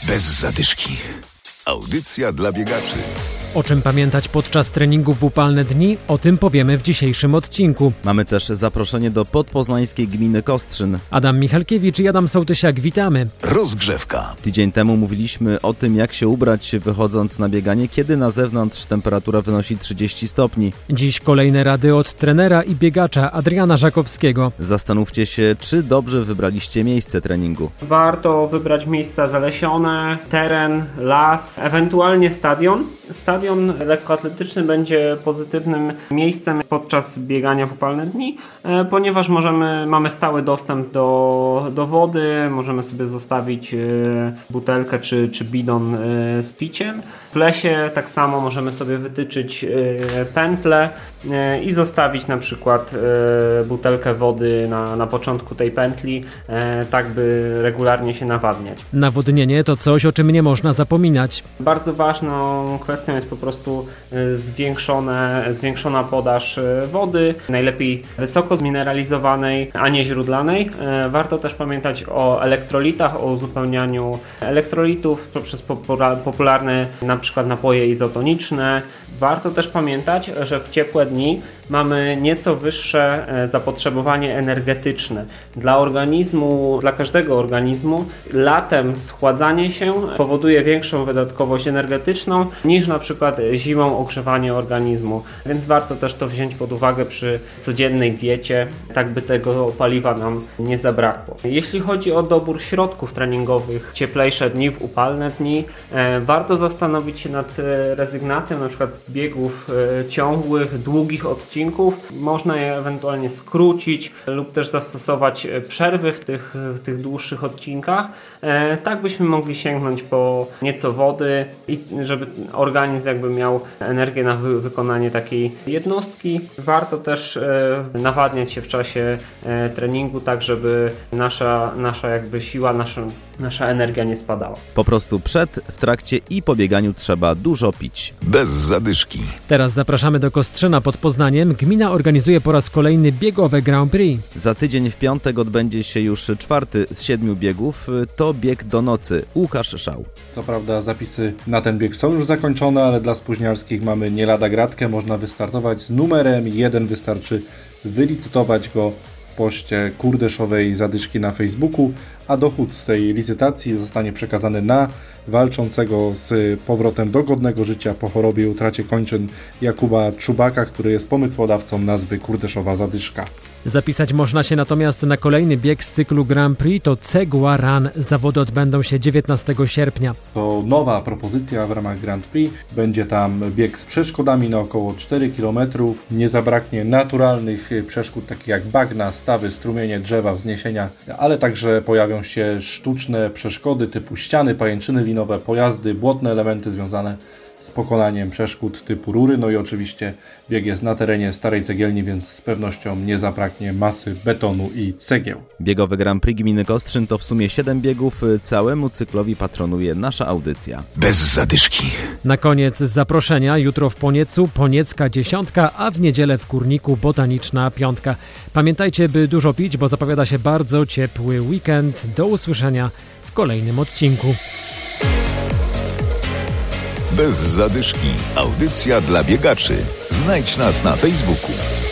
Bez zadyszki. Audycja dla biegaczy. O czym pamiętać podczas treningów w upalne dni? O tym powiemy w dzisiejszym odcinku. Mamy też zaproszenie do podpoznańskiej gminy Kostrzyn. Adam Michalkiewicz i Adam Sołtysiak, witamy. Rozgrzewka. Tydzień temu mówiliśmy o tym, jak się ubrać wychodząc na bieganie, kiedy na zewnątrz temperatura wynosi 30 stopni. Dziś kolejne rady od trenera i biegacza Adriana Żakowskiego. Zastanówcie się, czy dobrze wybraliście miejsce treningu. Warto wybrać miejsca zalesione, teren, las, ewentualnie stadion. Stadion lekkoatletyczny będzie pozytywnym miejscem podczas biegania w upalne dni, ponieważ mamy stały dostęp do wody, możemy sobie zostawić butelkę czy bidon z piciem. W lesie tak samo możemy sobie wytyczyć pętlę i zostawić na przykład butelkę wody na początku tej pętli, tak by regularnie się nawadniać. Nawodnienie to coś, o czym nie można zapominać. Bardzo ważną kwestią jest po prostu zwiększona podaż wody, najlepiej wysoko zmineralizowanej, a nie źródlanej. Warto też pamiętać o elektrolitach, o uzupełnianiu elektrolitów poprzez popularne na przykład napoje izotoniczne. Warto też pamiętać, że w ciepłe dni mamy nieco wyższe zapotrzebowanie energetyczne. Dla każdego organizmu latem schładzanie się powoduje większą wydatkowość energetyczną niż na przykład zimą ogrzewanie organizmu. Więc warto też to wziąć pod uwagę przy codziennej diecie, tak by tego paliwa nam nie zabrakło. Jeśli chodzi o dobór środków treningowych, cieplejsze dni, w upalne dni, warto zastanowić się nad rezygnacją na przykład z biegów ciągłych, długich odcinków. Można je ewentualnie skrócić lub też zastosować przerwy w tych dłuższych odcinkach, tak byśmy mogli sięgnąć po nieco wody i żeby organizm jakby miał energię na wykonanie takiej jednostki. Warto też nawadniać się w czasie treningu, tak żeby nasza jakby siła, nasza energia nie spadała. Po prostu przed, w trakcie i po bieganiu trzeba dużo pić. Bez zadyszki. Teraz zapraszamy do Kostrzyna pod Poznaniem. Gmina organizuje po raz kolejny biegowe Grand Prix. Za tydzień w piątek odbędzie się już 4 z 7 biegów. To bieg do nocy. Łukasz Szał. Co prawda zapisy na ten bieg są już zakończone, ale dla spóźnialskich mamy nie lada gratkę. Można wystartować z numerem 1. Wystarczy wylicytować go w poście Kurdeszowej Zadyszki na Facebooku, a dochód z tej licytacji zostanie przekazany na walczącego z powrotem do godnego życia po chorobie i utracie kończyn Jakuba Czubaka, który jest pomysłodawcą nazwy Kurdeszowa Zadyszka. Zapisać można się natomiast na kolejny bieg z cyklu Grand Prix, to Cegła Run. Zawody odbędą się 19 sierpnia. To nowa propozycja w ramach Grand Prix. Będzie tam bieg z przeszkodami na około 4 km. Nie zabraknie naturalnych przeszkód takich jak bagna, stawy, strumienie, drzewa, wzniesienia, ale także pojawią się sztuczne przeszkody typu ściany, pajęczyny linowe, pojazdy, błotne elementy związane z pokonaniem przeszkód typu rury. No i oczywiście bieg jest na terenie starej cegielni, więc z pewnością nie zabraknie masy betonu i cegieł. Biegowy Grand Prix gminy Kostrzyn to w sumie 7 biegów. Całemu cyklowi patronuje nasza audycja. Bez zadyszki. Na koniec zaproszenia. Jutro w Poniecu Poniecka 10, a w niedzielę w Kurniku Botaniczna 5. Pamiętajcie, by dużo pić, bo zapowiada się bardzo ciepły weekend. Do usłyszenia w kolejnym odcinku. Bez zadyszki. Audycja dla biegaczy. Znajdź nas na Facebooku.